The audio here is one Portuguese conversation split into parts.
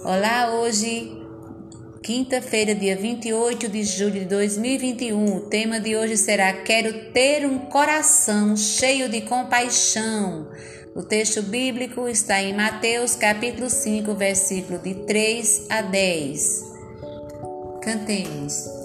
Olá, hoje, quinta-feira, dia 28 de julho de 2021. O tema de hoje será Quero ter um coração cheio de compaixão. O texto bíblico está em Mateus, capítulo 5, versículo de 3 a 10. Cantemos.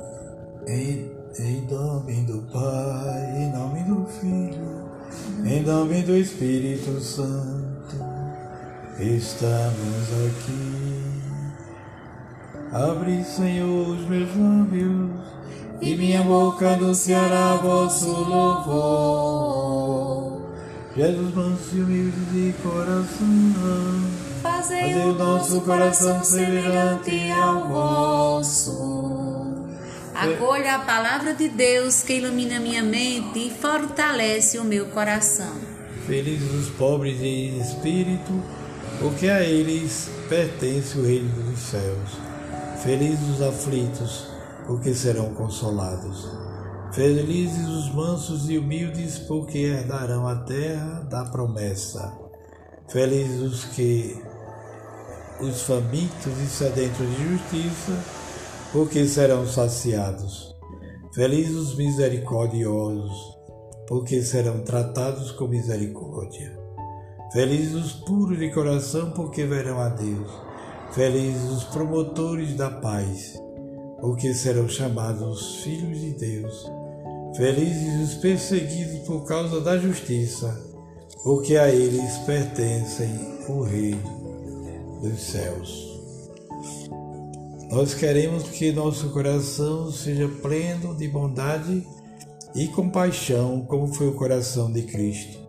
Em nome do Pai, em nome do Filho, em nome do Espírito Santo, estamos aqui. Abre, Senhor, os meus lábios, e minha boca anunciará vosso louvor. Jesus, manso e humilde de coração, Fazei o nosso coração semelhante ao vosso. Acolha a palavra de Deus que ilumina minha mente e fortalece o meu coração. Felizes os pobres em espírito, porque a eles pertence o reino dos céus. Felizes os aflitos, porque serão consolados. Felizes os mansos e humildes, porque herdarão a terra da promessa. Felizes os famintos e sedentos de justiça, porque serão saciados. Felizes os misericordiosos, porque serão tratados com misericórdia. Felizes os puros de coração, porque verão a Deus. Felizes os promotores da paz, porque serão chamados filhos de Deus. Felizes os perseguidos por causa da justiça, porque a eles pertencem o reino dos céus. Nós queremos que nosso coração seja pleno de bondade e compaixão, como foi o coração de Cristo.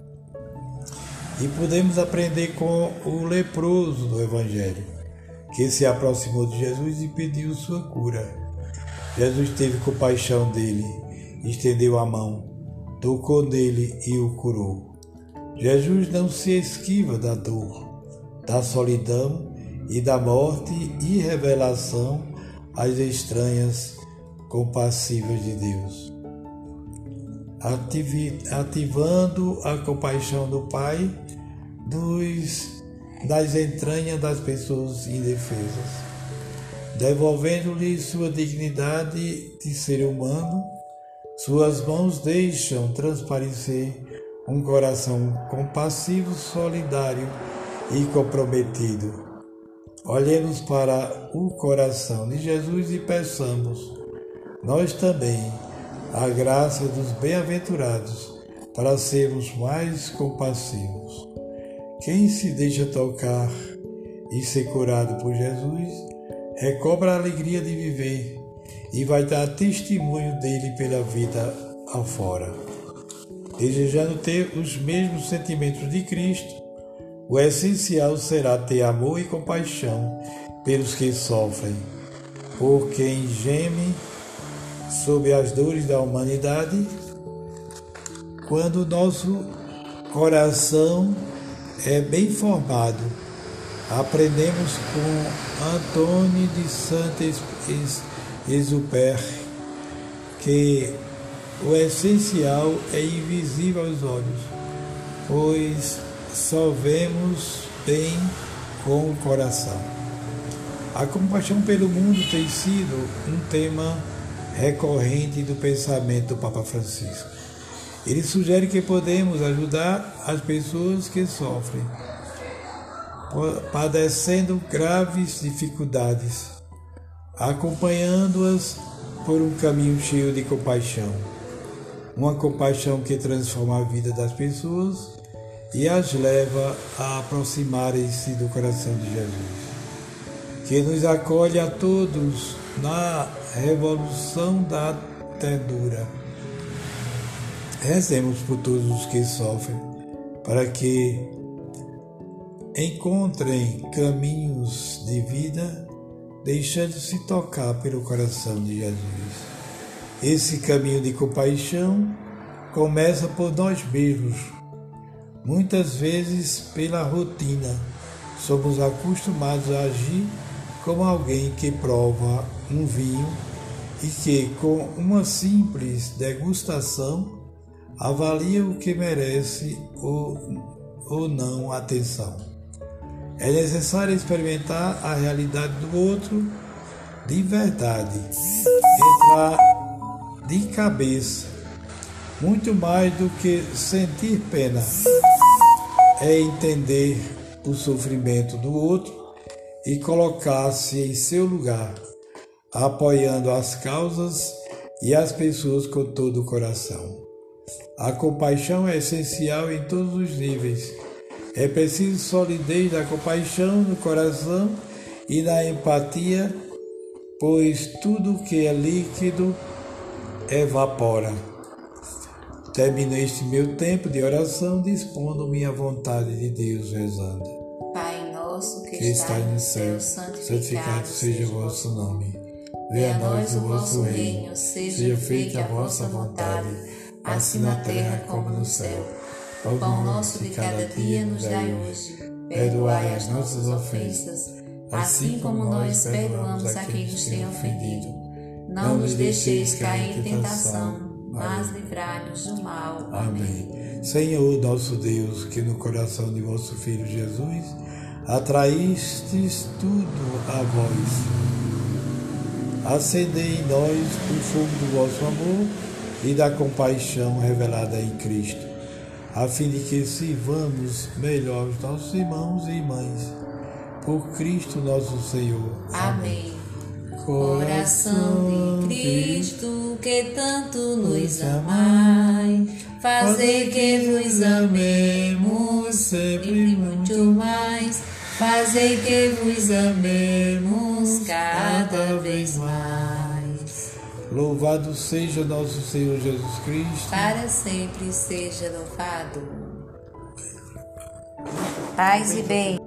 E podemos aprender com o leproso do Evangelho, que se aproximou de Jesus e pediu sua cura. Jesus teve compaixão dele, estendeu a mão, tocou nele e o curou. Jesus não se esquiva da dor, da solidão e da morte e revelação às estranhas compassivas de Deus. Ativando a compaixão do Pai das entranhas das pessoas indefesas, devolvendo-lhe sua dignidade de ser humano, suas mãos deixam transparecer um coração compassivo, solidário e comprometido. Olhemos para o coração de Jesus e peçamos, nós também, a graça dos bem-aventurados, para sermos mais compassivos. Quem se deixa tocar e ser curado por Jesus, recobra a alegria de viver e vai dar testemunho dele pela vida afora. Desejando ter os mesmos sentimentos de Cristo, o essencial será ter amor e compaixão pelos que sofrem, por quem geme sob as dores da humanidade. Quando o nosso coração é bem formado, aprendemos com Antônio de Saint-Exupéry que o essencial é invisível aos olhos, pois só vemos bem com o coração. A compaixão pelo mundo tem sido um tema recorrente do pensamento do Papa Francisco. Ele sugere que podemos ajudar as pessoas que sofrem, padecendo graves dificuldades, acompanhando-as por um caminho cheio de compaixão. Uma compaixão que transforma a vida das pessoas e as leva a aproximarem-se do coração de Jesus, que nos acolhe a todos na revolução da ternura. Rezemos por todos os que sofrem, para que encontrem caminhos de vida, deixando-se tocar pelo coração de Jesus. Esse caminho de compaixão começa por nós mesmos. Muitas vezes, pela rotina, somos acostumados a agir como alguém que prova um vinho e que, com uma simples degustação, avalia o que merece ou não atenção. É necessário experimentar a realidade do outro de verdade, entrar de cabeça, muito mais do que sentir pena, é entender o sofrimento do outro e colocar-se em seu lugar, apoiando as causas e as pessoas com todo o coração. A compaixão é essencial em todos os níveis. É preciso solidez da compaixão no coração e na empatia, pois tudo que é líquido evapora. Termino este meu tempo de oração dispondo-me à vontade de Deus, rezando. Pai nosso que Está no céu, santificado seja o vosso nome. Venha a nós o vosso reino, seja feita a vossa vontade, assim na terra como no céu. O pão nosso de cada dia nos dai hoje. Perdoai as nossas ofensas, assim como nós perdoamos a quem nos tem ofendido. Não nos deixeis cair em tentação, mas livrai-nos do mal. Amém. Senhor nosso Deus, que no coração de vosso Filho Jesus atraístes tudo a vós. Acendei em nós o fogo do vosso amor e da compaixão revelada em Cristo, a fim de que sirvamos melhor os nossos irmãos e irmãs. Por Cristo nosso Senhor. Amém. Coração de Cristo, que tanto nos amai, fazei que vos amemos sempre muito mais, fazei que vos amemos cada vez mais. Louvado seja nosso Senhor Jesus Cristo, para sempre seja louvado. Paz e bem.